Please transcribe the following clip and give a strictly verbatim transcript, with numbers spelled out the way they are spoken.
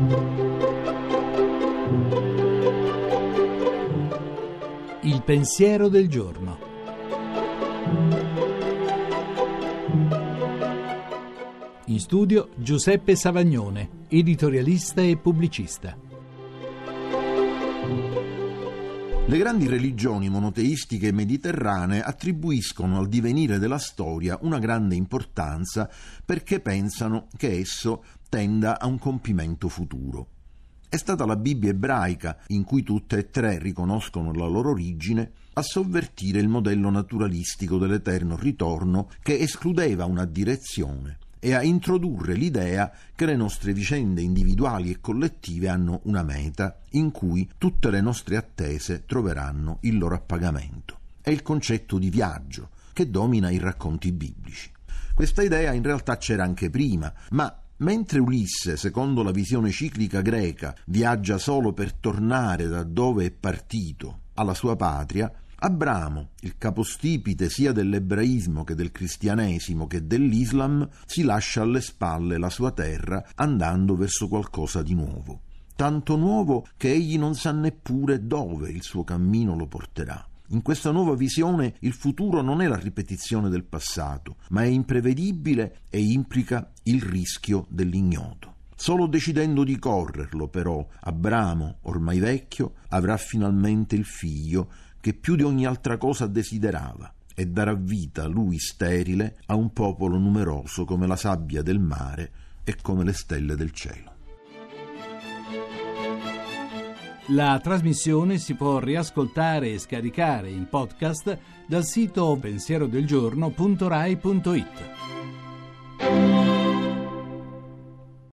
Il pensiero del giorno. In studio Giuseppe Savagnone, editorialista e pubblicista. Le grandi religioni monoteistiche mediterranee attribuiscono al divenire della storia una grande importanza perché pensano che esso tenda a un compimento futuro. È stata la Bibbia ebraica, in cui tutte e tre riconoscono la loro origine, a sovvertire il modello naturalistico dell'eterno ritorno che escludeva una direzione e a introdurre l'idea che le nostre vicende individuali e collettive hanno una meta in cui tutte le nostre attese troveranno il loro appagamento. È il concetto di viaggio che domina i racconti biblici. Questa idea in realtà c'era anche prima, ma mentre Ulisse, secondo la visione ciclica greca, viaggia solo per tornare da dove è partito, alla sua patria, Abramo, il capostipite sia dell'ebraismo che del cristianesimo che dell'Islam, si lascia alle spalle la sua terra andando verso qualcosa di nuovo. Tanto nuovo che egli non sa neppure dove il suo cammino lo porterà. In questa nuova visione il futuro non è la ripetizione del passato, ma è imprevedibile e implica il rischio dell'ignoto. Solo decidendo di correrlo, però, Abramo, ormai vecchio, avrà finalmente il figlio che più di ogni altra cosa desiderava e darà vita, lui sterile, a un popolo numeroso come la sabbia del mare e come le stelle del cielo. La trasmissione si può riascoltare e scaricare in podcast dal sito pensierodelgiorno punto rai punto it.